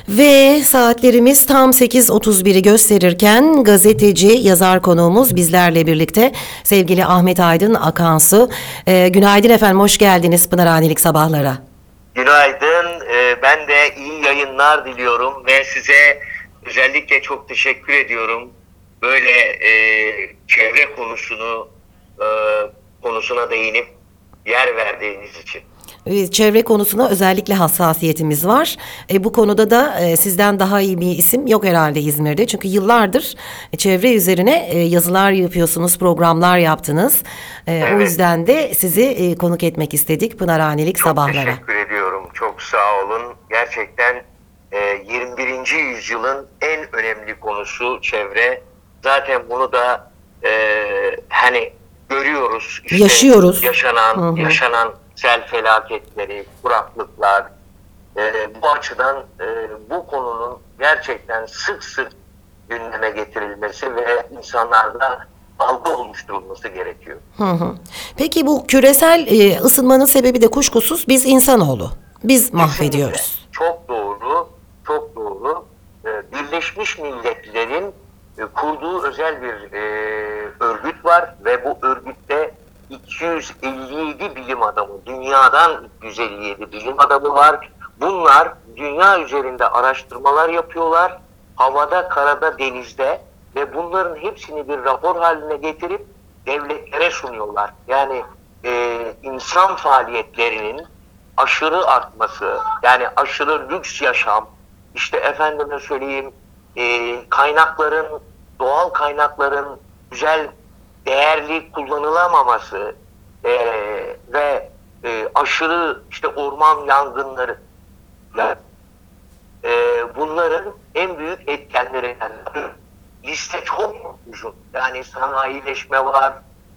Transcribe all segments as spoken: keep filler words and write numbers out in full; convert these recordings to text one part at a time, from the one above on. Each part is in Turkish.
Ve saatlerimiz tam sekiz otuz biri gösterirken gazeteci, yazar konuğumuz bizlerle birlikte sevgili Ahmet Aydın Akansu. Ee, günaydın efendim, hoş geldiniz Pınarhanelik Sabahlara. Günaydın. Ee, ben de iyi yayınlar diliyorum ve size özellikle çok teşekkür ediyorum. Böyle e, çevre konusunu e, konusuna değinip yer verdiğiniz için. Ee, Çevre konusuna özellikle hassasiyetimiz var. E, bu konuda da e, sizden daha iyi bir isim yok herhalde İzmir'de. Çünkü yıllardır e, çevre üzerine e, yazılar yapıyorsunuz, programlar yaptınız. E, O Evet. yüzden de sizi e, konuk etmek istedik Pınarhanelik Çok Sabahlara. teşekkür ediyorum. Çok sağ olun. Gerçekten e, yirmi birinci yüzyılın en önemli konusu çevre. Zaten bunu da e, hani görüyoruz. İşte Yaşıyoruz. Yaşanan, Hı hı. yaşanan sel felaketleri, kuraklıklar. E, bu açıdan e, bu konunun gerçekten sık sık gündeme getirilmesi ve insanlarda algı oluşturulması gerekiyor. Hı hı. Peki bu küresel e, ısınmanın sebebi de kuşkusuz biz insanoğlu. Biz mahvediyoruz. Kesinlikle. Çok doğru, çok doğru. Ee, Birleşmiş Milletler'in e, kurduğu özel bir e, örgüt var ve bu örgütte iki yüz elli yedi bilim adamı, dünyadan iki yüz elli yedi bilim adamı var. Bunlar dünya üzerinde araştırmalar yapıyorlar. Havada, karada, denizde ve bunların hepsini bir rapor haline getirip devletlere sunuyorlar. Yani e, insan faaliyetlerinin aşırı artması, yani aşırı lüks yaşam, işte efendime söyleyeyim e, kaynakların, doğal kaynakların güzel, değerli kullanılamaması e, ve e, aşırı işte orman yangınları, e, bunların en büyük etkenlerinden. Liste çok uzun. Yani sanayileşme var,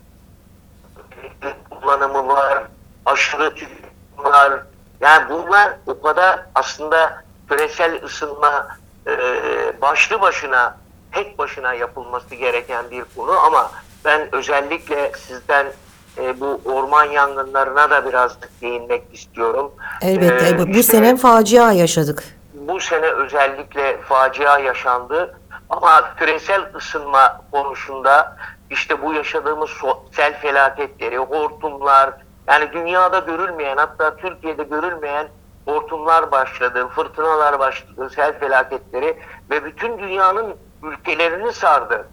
kullanımı var, aşırı tüketim var. Yani bunlar o kadar aslında küresel ısınma e, başlı başına, tek başına yapılması gereken bir konu ama ben özellikle sizden e, bu orman yangınlarına da biraz değinmek istiyorum. Elbette. E, Bu bu işte sene facia yaşadık. bu sene özellikle facia yaşandı. Ama küresel ısınma konusunda işte bu yaşadığımız sel felaketleri, hortumlar, yani dünyada görülmeyen, hatta Türkiye'de görülmeyen hortumlar başladı, fırtınalar başladı, sel felaketleri ve bütün dünyanın ülkelerini sardı.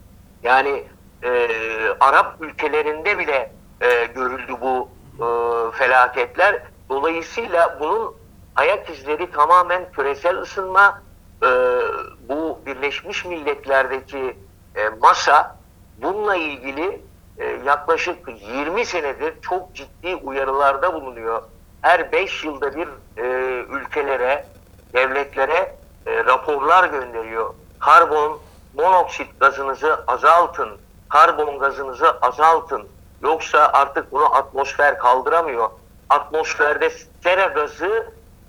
Yani e, Arap ülkelerinde bile e, görüldü bu e, felaketler. Dolayısıyla bunun ayak izleri tamamen küresel ısınma. E, bu Birleşmiş Milletler'deki e, masa bununla ilgili e, yaklaşık yirmi senedir çok ciddi uyarılarda bulunuyor. Her beş yılda bir e, ülkelere, devletlere e, raporlar gönderiyor. Karbon monoksit gazınızı azaltın, karbon gazınızı azaltın. Yoksa artık bunu atmosfer kaldıramıyor. Atmosferde sera gazı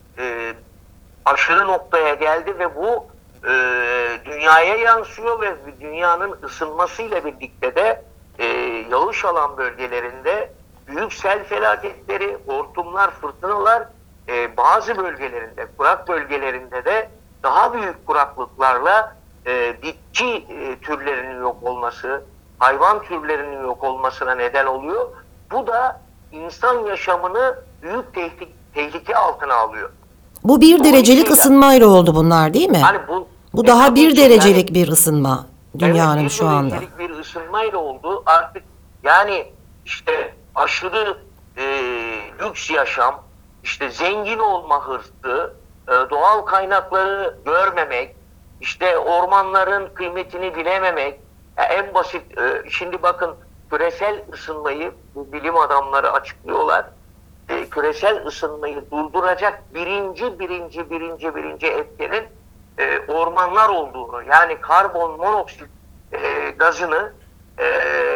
e, aşırı noktaya geldi ve bu e, dünyaya yansıyor ve dünyanın ısınmasıyla birlikte de e, yağış alan bölgelerinde büyük sel felaketleri, hortumlar, fırtınalar, e, bazı bölgelerinde, kurak bölgelerinde de daha büyük kuraklıklarla e, bitki e, türlerinin yok olması, hayvan türlerinin yok olmasına neden oluyor. Bu da insan yaşamını büyük tehlike, tehlike altına alıyor. Bu bir derecelik Dolayısıyla ısınmayla oldu bunlar, değil mi? hani bu, Bu e, daha tabii bir ki derecelik yani, bir ısınma dünyanın evet, bir şu anda. derecelik bir ısınmayla oldu. Artık yani işte aşırı e, lüks yaşam, işte zengin olma hırsı, e, doğal kaynakları görmemek, işte ormanların kıymetini bilememek, ya en basit e, şimdi bakın küresel ısınmayı bu bilim adamları açıklıyorlar. E, küresel ısınmayı durduracak birinci birinci birinci birinci etkenin e, ormanlar olduğunu, yani karbon monoksit e, gazını e,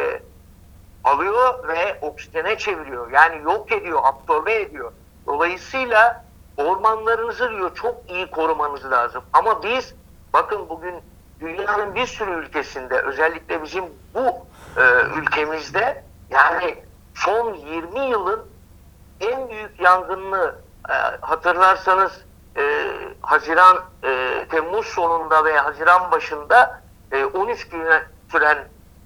alıyor ve oksijene çeviriyor. Yani yok ediyor, absorbe ediyor. Dolayısıyla ormanlarınızı diyor çok iyi korumanız lazım. Ama biz bakın bugün dünyanın bir sürü ülkesinde, özellikle bizim bu e, ülkemizde, yani son yirmi yılın en büyük yangınını e, hatırlarsanız e, Haziran, e, Temmuz sonunda ve Haziran başında e, on üç güne süren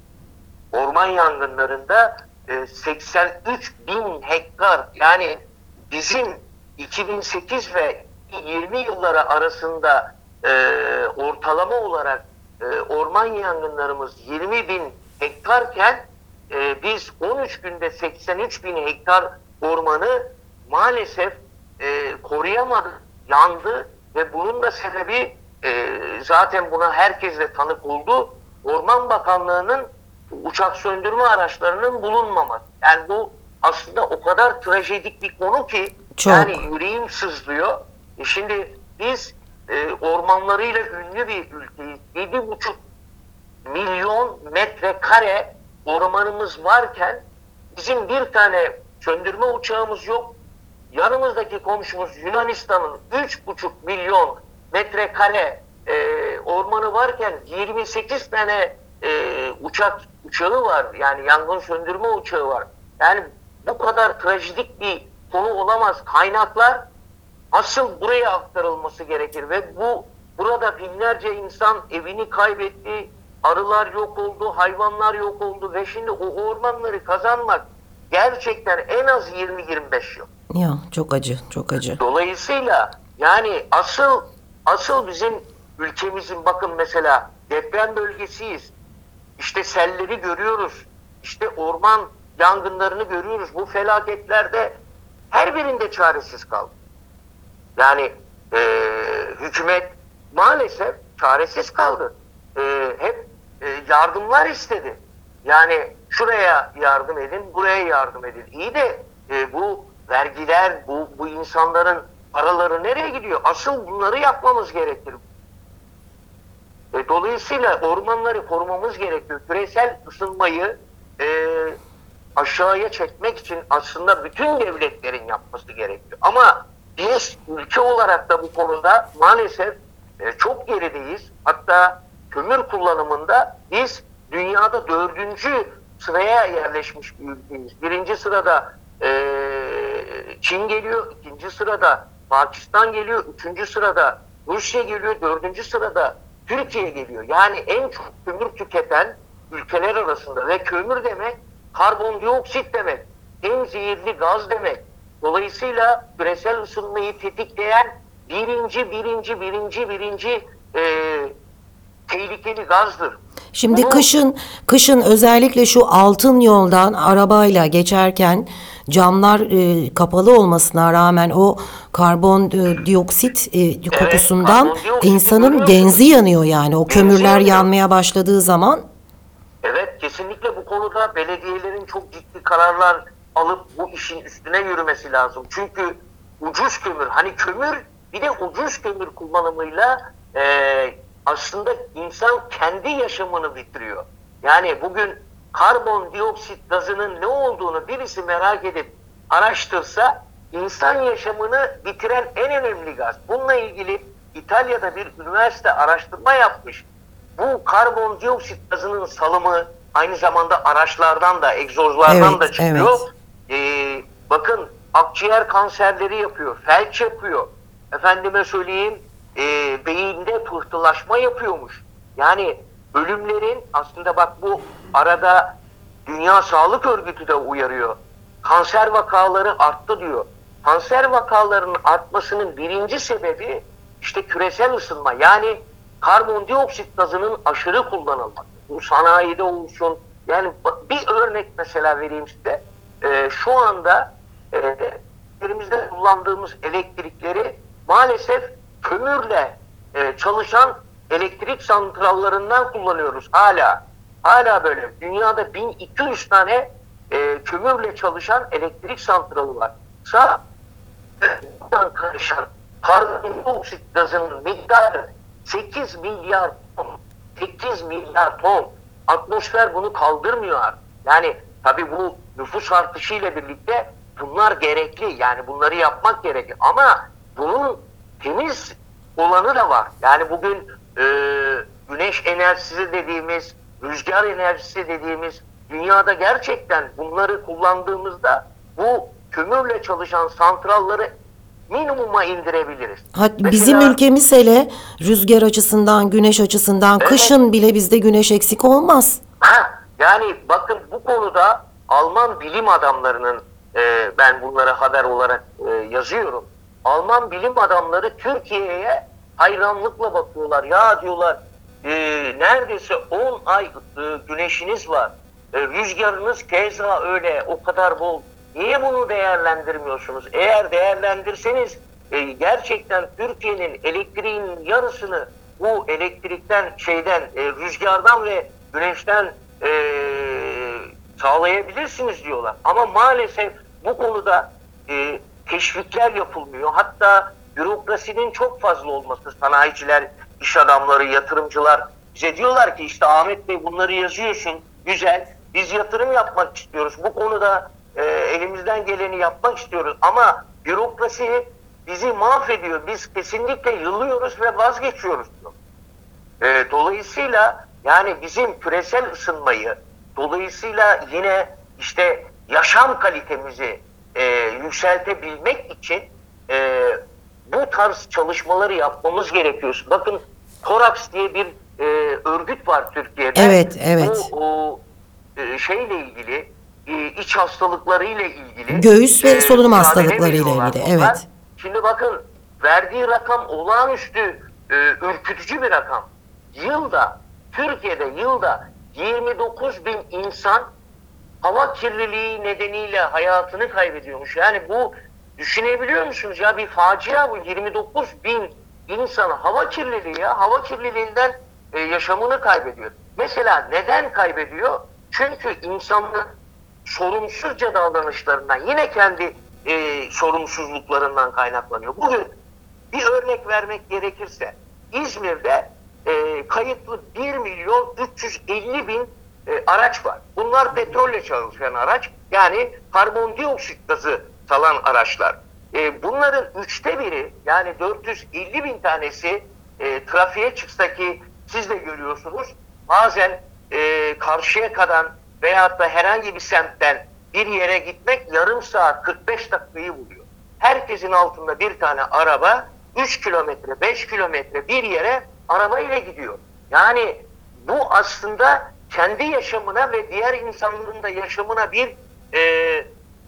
orman yangınlarında e, seksen üç bin hektar, yani bizim iki bin sekiz ve yirmi yılları arasında e, ortalama olarak e, orman yangınlarımız yirmi bin hektarken e, biz on üç günde seksen üç bin hektar ormanı maalesef e, koruyamadık, yandı ve bunun da sebebi e, zaten buna herkes de tanık oldu. Orman Bakanlığı'nın uçak söndürme araçlarının bulunmaması. Yani bu aslında o kadar trajedik bir konu ki Çok. yani yüreğim sızlıyor. E şimdi biz e, ormanlarıyla ünlü bir ülkeyiz. yedi buçuk milyon metrekare ormanımız varken bizim bir tane söndürme uçağımız yok. Yanımızdaki komşumuz Yunanistan'ın üç buçuk milyon metrekare e, ormanı varken yirmi sekiz tane e, uçak uçağı var. Yani yangın söndürme uçağı var. Yani bu kadar trajedik bir konu olamaz. Kaynaklar asıl buraya aktarılması gerekir ve bu burada binlerce insan evini kaybetti, arılar yok oldu, hayvanlar yok oldu ve şimdi o ormanları kazanmak gerçekten en az yirmi yirmi beş yıl. Ya çok acı, çok acı. Dolayısıyla yani asıl asıl bizim ülkemizin, bakın mesela deprem bölgesiyiz. İşte selleri görüyoruz. İşte orman yangınlarını görüyoruz. Bu felaketlerde her birinde çaresiz kaldı. Yani e, hükümet maalesef çaresiz kaldı. E, hep e, yardımlar istedi. Yani şuraya yardım edin, buraya yardım edin. İyi de e, bu vergiler, bu, bu insanların paraları nereye gidiyor? Asıl bunları yapmamız gerekir. E, dolayısıyla ormanları korumamız gerekiyor. Küresel ısınmayı e, aşağıya çekmek için aslında bütün devletlerin yapması gerekiyor. Ama biz ülke olarak da bu konuda maalesef e, çok gerideyiz. Hatta kömür kullanımında biz dünyada dördüncü sıraya yerleşmiş bir ülkeyiz. Birinci sırada e, Çin geliyor, ikinci sırada Pakistan geliyor, üçüncü sırada Rusya geliyor, dördüncü sırada Türkiye geliyor. Yani en çok kömür tüketen ülkeler arasında ve kömür demek karbondioksit demek, en zehirli gaz demek. Dolayısıyla küresel ısınmayı tetikleyen birinci, birinci, birinci, birinci e, tehlikeli gazdır. Şimdi Bunu, kışın kışın özellikle şu altın yoldan arabayla geçerken camlar e, kapalı olmasına rağmen o karbondioksit e, kokusundan karbondioksit insanın görüyorsunuz. genzi yanıyor yani o Genzi kömürler yanıyor. yanmaya başladığı zaman. Evet, kesinlikle bu konuda belediyelerin çok ciddi kararlar alıp bu işin üstüne yürümesi lazım. Çünkü ucuz kömür, hani kömür bir de ucuz kömür kullanımıyla e, aslında insan kendi yaşamını bitiriyor. Yani bugün karbondioksit gazının ne olduğunu birisi merak edip araştırsa insan yaşamını bitiren en önemli gaz. Bununla ilgili İtalya'da bir üniversite araştırma yapmış. Bu karbondioksit gazının salımı aynı zamanda araçlardan da, egzozlardan Evet, da çıkıyor. evet. Ee, bakın akciğer kanserleri yapıyor, felç yapıyor. Efendime söyleyeyim, e, beyinde pıhtılaşma yapıyormuş. Yani ölümlerin aslında bak bu arada Dünya Sağlık Örgütü de uyarıyor. Kanser vakaları arttı diyor. Kanser vakalarının artmasının birinci sebebi işte küresel ısınma. Yani karbondioksit gazının aşırı kullanılması. Bu sanayide olsun. Yani bir örnek mesela vereyim size. Ee, şu anda e, elimizde kullandığımız elektrikleri maalesef kömürle e, çalışan elektrik santrallarından kullanıyoruz hala. Hala böyle. Dünyada bin iki yüz tane e, kömürle çalışan elektrik santralı var. Sağ karışan karbondioksit gazının miktarı sekiz milyar ton. sekiz milyar ton. Atmosfer bunu kaldırmıyor artık. Yani tabii bu nüfus artışıyla birlikte bunlar gerekli. Yani bunları yapmak gerekli. Ama bunun temiz olanı da var. Yani bugün e, güneş enerjisi dediğimiz, rüzgar enerjisi dediğimiz dünyada gerçekten bunları kullandığımızda bu kömürle çalışan santralları minimuma indirebiliriz. Ha, Mesela, bizim ülkemiz hele rüzgar açısından, güneş açısından evet, kışın bile bizde güneş eksik olmaz. ha, yani bakın bu konuda Alman bilim adamlarının, e, ben bunları haber olarak e, yazıyorum. Alman bilim adamları Türkiye'ye hayranlıkla bakıyorlar. Ya diyorlar, e, neredeyse on ay e, güneşiniz var. E, rüzgarınız keza öyle, o kadar bol. Niye bunu değerlendirmiyorsunuz? Eğer değerlendirseniz e, gerçekten Türkiye'nin elektriğinin yarısını bu elektrikten, şeyden, e, rüzgardan ve güneşten e, sağlayabilirsiniz diyorlar. Ama maalesef bu konuda e, teşvikler yapılmıyor. Hatta bürokrasinin çok fazla olması, sanayiciler, iş adamları, yatırımcılar bize diyorlar ki işte Ahmet Bey bunları yazıyorsun, güzel, biz yatırım yapmak istiyoruz. Bu konuda e, elimizden geleni yapmak istiyoruz ama bürokrasi bizi mahvediyor. Biz kesinlikle yılıyoruz ve vazgeçiyoruz. E, dolayısıyla yani bizim küresel ısınmayı, dolayısıyla yine işte yaşam kalitemizi e, yükseltebilmek için e, bu tarz çalışmaları yapmamız gerekiyor. Bakın Toraks diye bir e, örgüt var Türkiye'de. Evet, evet. Bu o, e, şeyle ilgili, e, iç hastalıklarıyla ilgili, Göğüs ve e, solunum mücadele hastalıklarıyla veriyorlar ilgili, bunlar. evet. Şimdi bakın verdiği rakam olağanüstü e, ürkütücü bir rakam. Yılda, Türkiye'de yılda yirmi dokuz bin insan hava kirliliği nedeniyle hayatını kaybediyormuş. Yani bu, düşünebiliyor musunuz ya, bir facia bu. yirmi dokuz bin insan hava kirliliği ya, hava kirliliğinden e, yaşamını kaybediyor. Mesela neden kaybediyor? Çünkü insanların sorumsuzca davranışlarından, yine kendi e, sorumsuzluklarından kaynaklanıyor. Bugün bir örnek vermek gerekirse İzmir'de e, kayıtlı bir milyon üç yüz elli bin e, araç var. Bunlar petrolle çalışan araç, yani karbondioksit gazı salan araçlar. E, bunların üçte biri, yani dört yüz elli bin tanesi e, trafiğe çıksa, ki siz de görüyorsunuz bazen e, Karşıyaka'dan veyahut da herhangi bir semtten bir yere gitmek yarım saat kırk beş dakikayı buluyor. Herkesin altında bir tane araba üç kilometre beş kilometre bir yere arabayla gidiyor. Yani bu aslında kendi yaşamına ve diğer insanların da yaşamına bir e,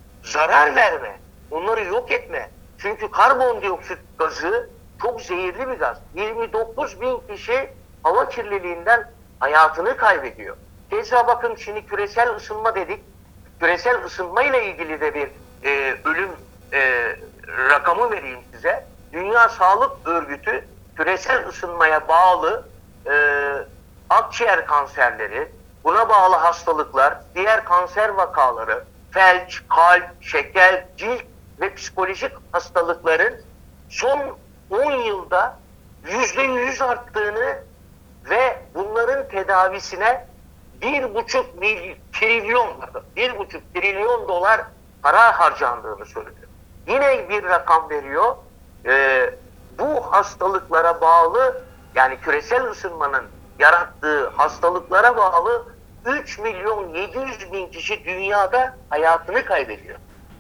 zarar verme. Onları yok etme. Çünkü karbondioksit gazı çok zehirli bir gaz. yirmi dokuz bin kişi hava kirliliğinden hayatını kaybediyor. Keza bakın şimdi küresel ısınma dedik. Küresel ısınma ile ilgili de bir e, ölüm e, rakamı vereyim size. Dünya Sağlık Örgütü küresel ısınmaya bağlı e, akciğer kanserleri, buna bağlı hastalıklar, diğer kanser vakaları, felç, kalp, şeker, cilt ve psikolojik hastalıkların son on yılda yüzde yüz arttığını ve bunların tedavisine bir buçuk trilyon, bir buçuk trilyon dolar para harcandığını söylüyor. Yine bir rakam veriyor. Ee, bu hastalıklara bağlı, yani küresel ısınmanın yarattığı hastalıklara bağlı üç milyon yedi yüz bin kişi dünyada hayatını kaybediyor.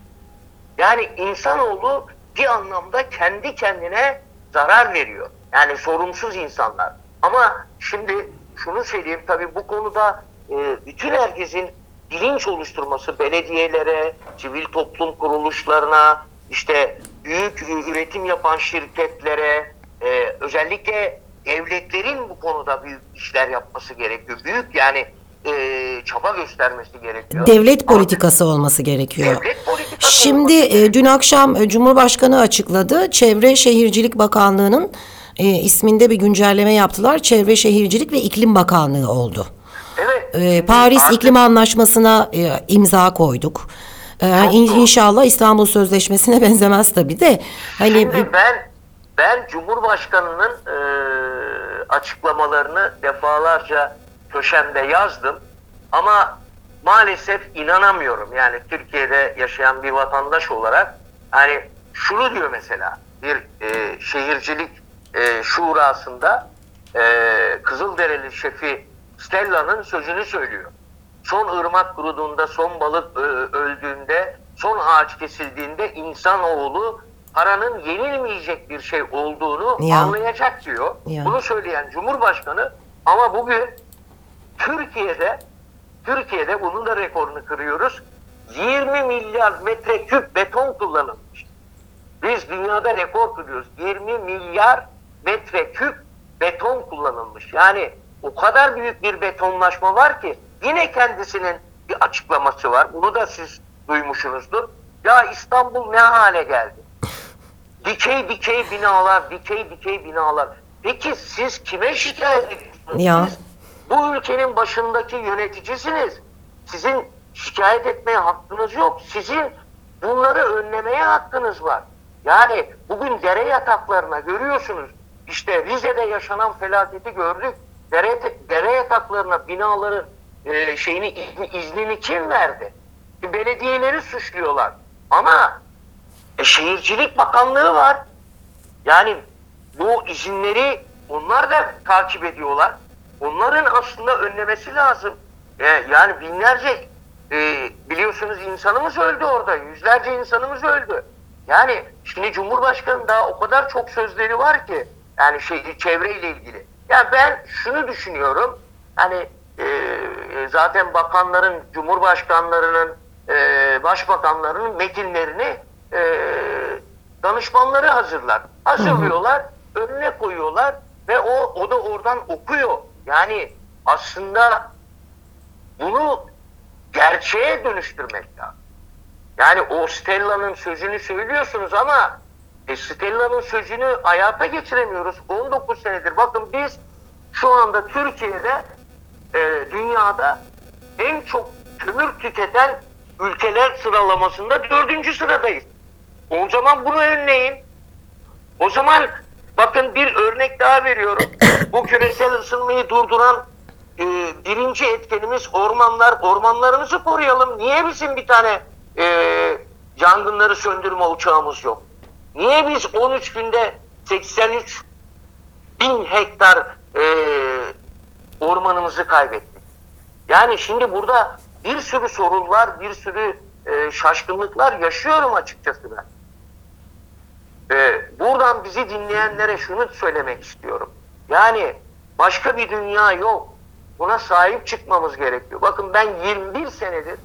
Yani insanoğlu bir anlamda kendi kendine zarar veriyor. Yani sorumsuz insanlar. Ama şimdi şunu söyleyeyim, tabii bu konuda e, bütün herkesin bilinç oluşturması, belediyelere, sivil toplum kuruluşlarına, işte büyük üretim yapan şirketlere, e, özellikle devletlerin bu konuda büyük işler yapması gerekiyor. Büyük yani e, çaba göstermesi gerekiyor. Devlet politikası olması gerekiyor. Devlet politikası Şimdi olması e, gerekiyor. dün akşam e, Cumhurbaşkanı açıkladı. Çevre Şehircilik Bakanlığı'nın e, isminde bir güncelleme yaptılar. Çevre Şehircilik ve İklim Bakanlığı oldu. Evet. E, Paris Artık- İklim Anlaşması'na e, imza koyduk. E, in- doğru. İnşallah İstanbul Sözleşmesi'ne benzemez tabii de. Hani Şimdi ben ben Cumhurbaşkanı'nın e, açıklamalarını defalarca köşemde yazdım ama maalesef inanamıyorum. Yani Türkiye'de yaşayan bir vatandaş olarak, hani şunu diyor mesela bir e, şehircilik e, şurasında e, Kızılderili şefi Stella'nın sözünü söylüyor. Son ırmak kuruduğunda, son balık ö- öldüğünde, son ağaç kesildiğinde insanoğlu paranın yenilmeyecek bir şey olduğunu Ya. anlayacak diyor. Ya. Bunu söyleyen Cumhurbaşkanı, ama bugün Türkiye'de Türkiye'de bunun da rekorunu kırıyoruz. yirmi milyar metreküp beton kullanılmış. Biz dünyada rekor kırıyoruz. yirmi milyar metreküp beton kullanılmış. Yani o kadar büyük bir betonlaşma var ki, yine kendisinin bir açıklaması var. Bunu da siz duymuşsunuzdur. Ya İstanbul ne hale geldi? Dikey dikey binalar, dikey dikey binalar. Peki siz kime şikayet ediyorsunuz? Ya. Siz bu ülkenin başındaki yöneticisiniz. Sizin şikayet etmeye hakkınız yok. Sizin bunları önlemeye hakkınız var. Yani bugün dere yataklarına görüyorsunuz. İşte Rize'de yaşanan felaketi gördük. Dere, dere yataklarına binaların e, şeyini izni, iznini kim verdi? Belediyeleri suçluyorlar. Ama e, Şehircilik Bakanlığı var. Yani bu izinleri onlar da takip ediyorlar. Onların aslında önlemesi lazım. E, yani binlerce e, biliyorsunuz insanımız öldü orada. Yüzlerce insanımız öldü. Yani şimdi Cumhurbaşkanı daha o kadar çok sözleri var ki, yani şey, çevreyle ilgili. Yani ben şunu düşünüyorum. Hani e, zaten bakanların, cumhurbaşkanlarının, e, başbakanlarının metinlerini e, danışmanları hazırlar. Hazırlıyorlar, önüne koyuyorlar ve o o da oradan okuyor. Yani aslında bunu gerçeğe dönüştürmek lazım. Yani o Stella'nın sözünü söylüyorsunuz ama e, Stella'nın sözünü hayata geçiremiyoruz. on dokuz senedir. Bakın biz şu anda Türkiye'de e, dünyada en çok kömür tüketen ülkeler sıralamasında dördüncü sıradayız. O zaman bunu önleyin. O zaman bakın bir örnek daha veriyorum. Bu küresel ısınmayı durduran e, birinci etkenimiz ormanlar. Ormanlarımızı koruyalım. Niye bizim bir tane e, yangınları söndürme uçağımız yok? Niye biz on üç günde seksen üç bin hektar e, ormanımızı kaybettik? Yani şimdi burada bir sürü sorunlar, bir sürü e, şaşkınlıklar yaşıyorum açıkçası ben. E, buradan bizi dinleyenlere şunu söylemek istiyorum. Yani başka bir dünya yok. Buna sahip çıkmamız gerekiyor. Bakın ben yirmi bir senedir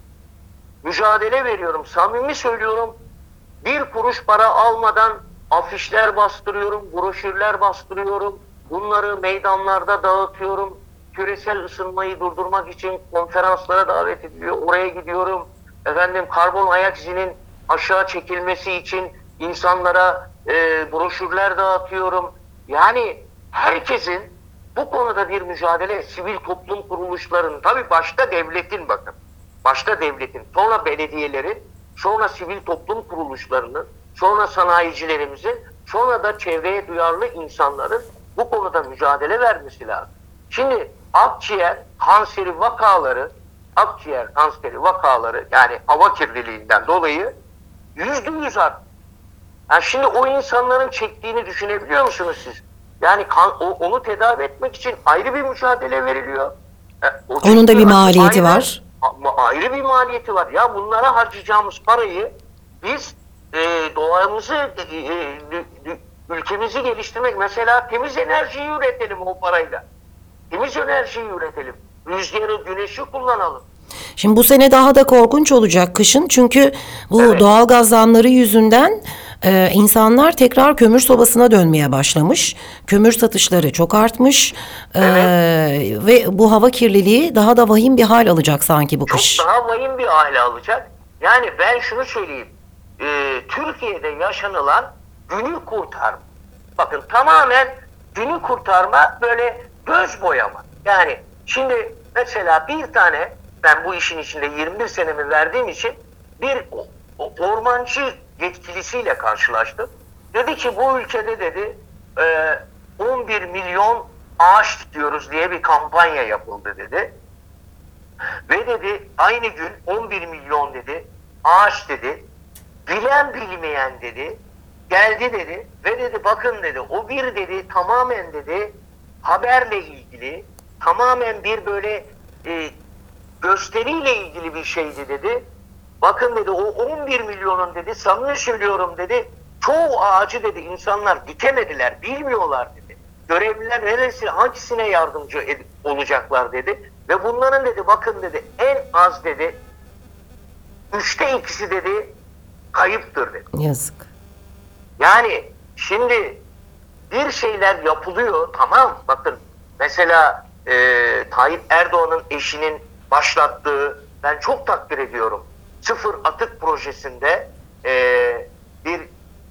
mücadele veriyorum. Samimi söylüyorum. Bir kuruş para almadan afişler bastırıyorum, broşürler bastırıyorum. Bunları meydanlarda dağıtıyorum. Küresel ısınmayı durdurmak için konferanslara davet ediliyor. Oraya gidiyorum. Efendim karbon ayak izinin aşağı çekilmesi için insanlara e, broşürler dağıtıyorum. Yani herkesin bu konuda bir mücadele, sivil toplum kuruluşlarının, tabii başta devletin, bakın. Başta devletin, sonra belediyelerin, sonra sivil toplum kuruluşlarının, sonra sanayicilerimizin, sonra da çevreye duyarlı insanların bu konuda mücadele vermesi lazım. Şimdi akciğer kanseri vakaları, akciğer kanseri vakaları yani hava kirliliğinden dolayı yüzde yüz arttı. Yani şimdi o insanların çektiğini düşünebiliyor musunuz siz? Yani kan, o, onu tedavi etmek için ayrı bir mücadele veriliyor. E, Onun da bir maliyeti ayrı, var. Ayrı bir maliyeti var. Ya bunlara harcayacağımız parayı biz e, doğamızı, e, e, ülkemizi geliştirmek, mesela temiz enerjiyi üretelim o parayla. Temiz enerjiyi üretelim. Rüzgarı, güneşi kullanalım. Şimdi bu sene daha da korkunç olacak kışın, çünkü bu Evet. doğalgaz zamları yüzünden e, insanlar tekrar kömür sobasına dönmeye başlamış. Kömür satışları çok artmış. E, ve bu hava kirliliği daha da vahim bir hal alacak sanki bu Çok kış. daha vahim bir hale alacak. Yani ben şunu söyleyeyim. E, Türkiye'de yaşanılan günü kurtarma. Bakın tamamen günü kurtarma, böyle göz boyama. Yani şimdi mesela bir tane, ben bu işin içinde yirmi bir senemi verdiğim için bir ormancı yetkilisiyle karşılaştım. Dedi ki bu ülkede dedi on bir milyon ağaç dikiyoruz diye bir kampanya yapıldı dedi. Ve dedi aynı gün on bir milyon dedi ağaç dedi, bilen bilmeyen dedi geldi dedi ve dedi bakın dedi o bir dedi tamamen dedi haberle ilgili, tamamen bir böyle e, gösteriyle ilgili bir şeydi dedi. Bakın dedi o on bir milyonun dedi, samimi söylüyorum dedi, çoğu ağacı dedi insanlar dikemediler, bilmiyorlar dedi. Görevliler neresi, hangisine yardımcı ed- olacaklar dedi. Ve bunların dedi bakın dedi en az dedi üçte ikisi dedi kayıptır dedi. Yazık. Yani şimdi bir şeyler yapılıyor, tamam, bakın mesela e, Tayyip Erdoğan'ın eşinin başlattığı, ben çok takdir ediyorum, sıfır atık projesinde e, bir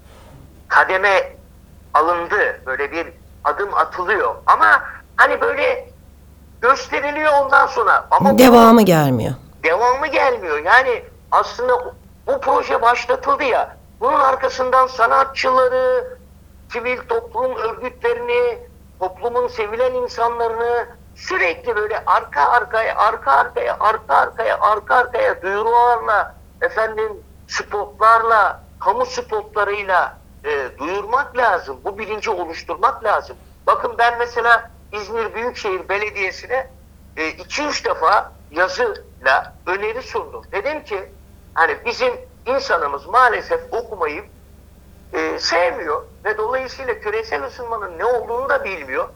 kademe alındı, böyle bir adım atılıyor ama hani böyle gösteriliyor ondan sonra ama Devamı gelmiyor. devamı gelmiyor. Yani aslında bu proje başlatıldı ya, bunun arkasından sanatçıları, sivil toplum örgütlerini, toplumun sevilen insanlarını sürekli böyle arka arkaya, arka arkaya, arka arkaya, arka arkaya duyurularla, efendim spotlarla, kamu spotlarıyla e, duyurmak lazım. Bu bilinci oluşturmak lazım. Bakın ben mesela İzmir Büyükşehir Belediyesi'ne e, iki üç defa yazıyla öneri sundum. Dedim ki hani bizim insanımız maalesef okumayı e, sevmiyor ve dolayısıyla küresel ısınmanın ne olduğunu da bilmiyor.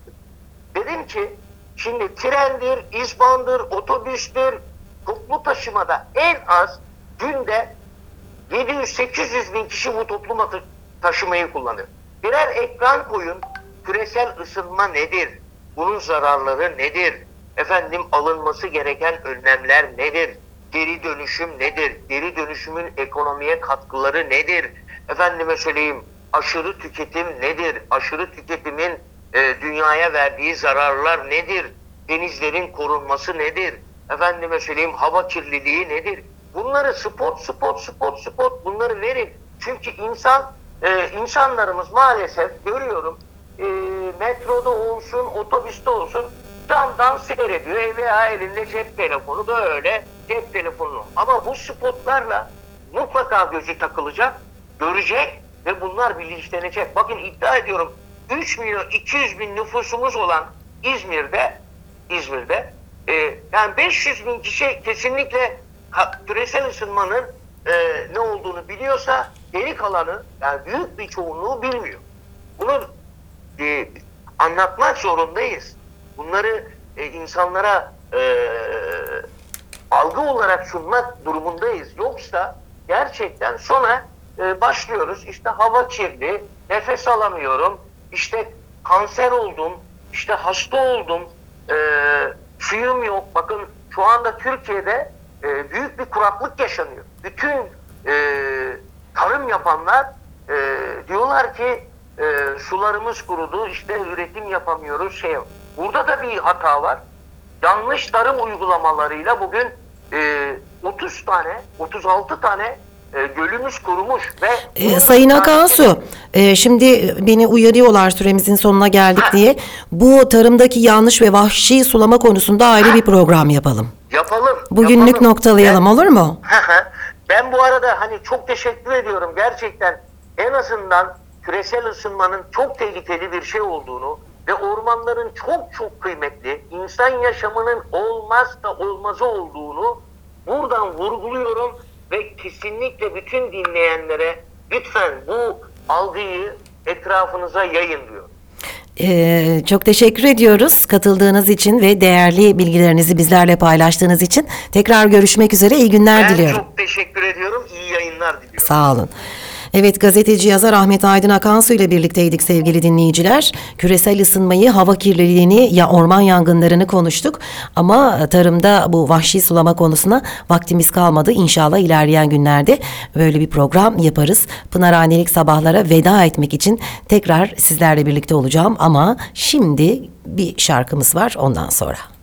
Dedim ki şimdi trendir, izbandır, otobüstür, toplu taşımada en az günde yedi yüz sekiz yüz bin kişi bu toplu ta- taşımayı kullanıyor. Birer ekran koyun, küresel ısınma nedir? Bunun zararları nedir? Efendim alınması gereken önlemler nedir? Geri dönüşüm nedir? Geri dönüşümün ekonomiye katkıları nedir? Efendime söyleyeyim, aşırı tüketim nedir? Aşırı tüketimin e, dünyaya verdiği zararlar nedir? Denizlerin korunması nedir? Efendime söyleyeyim, hava kirliliği nedir? Bunları spot spot spot spot bunları verin. Çünkü insan e, insanlarımız maalesef görüyorum e, metroda olsun, otobüste olsun camdan seyrediyor veya elinde cep telefonu, böyle cep telefonu. Ama bu spotlarla mutlaka gözü takılacak, görecek ve bunlar bilinçlenecek. Bakın iddia ediyorum üç milyon iki yüz bin nüfusumuz olan İzmir'de İzmir'de e, yani beş yüz bin kişi kesinlikle küresel ısınmanın e, ne olduğunu biliyorsa geri kalanı, yani büyük bir çoğunluğu bilmiyor. Bunu e, anlatmak zorundayız. Bunları e, insanlara e, algı olarak sunmak durumundayız. Yoksa gerçekten sonra e, başlıyoruz. İşte hava kirli, nefes alamıyorum, işte kanser oldum, işte hasta oldum, e, suyum yok. Bakın şu anda Türkiye'de e, büyük bir kuraklık yaşanıyor. Bütün e, tarım yapanlar e, diyorlar ki e, sularımız kurudu, işte üretim yapamıyoruz. Şey, burada da bir hata var. Yanlış tarım uygulamalarıyla bugün e, otuz tane, otuz altı tane e, gölümüz kurumuş ve Ee, Sayın Akansu, e, şimdi beni uyarıyorlar süremizin sonuna geldik diye. Bu tarımdaki yanlış ve vahşi sulama konusunda ayrı bir program yapalım. Yapalım. Bugünlük yapalım. noktalayalım, Ben, olur mu? ben bu arada hani çok teşekkür ediyorum. Gerçekten en azından küresel ısınmanın çok tehlikeli bir şey olduğunu ve ormanların çok çok kıymetli, insan yaşamının olmazsa olmazı olduğunu buradan vurguluyorum ve kesinlikle bütün dinleyenlere lütfen bu algıyı etrafınıza yayın diyor. Ee, çok teşekkür ediyoruz katıldığınız için ve değerli bilgilerinizi bizlerle paylaştığınız için. Tekrar görüşmek üzere, iyi günler Ben diliyorum. çok teşekkür ediyorum. İyi yayınlar diliyorum. Sağ olun. Evet, gazeteci yazar Ahmet Aydın Akansu ile birlikteydik sevgili dinleyiciler. Küresel ısınmayı, hava kirliliğini, ya orman yangınlarını konuştuk. Ama tarımda bu vahşi sulama konusuna vaktimiz kalmadı. İnşallah ilerleyen günlerde böyle bir program yaparız. Pınarhanelik sabahlara veda etmek için tekrar sizlerle birlikte olacağım. Ama şimdi bir şarkımız var, ondan sonra.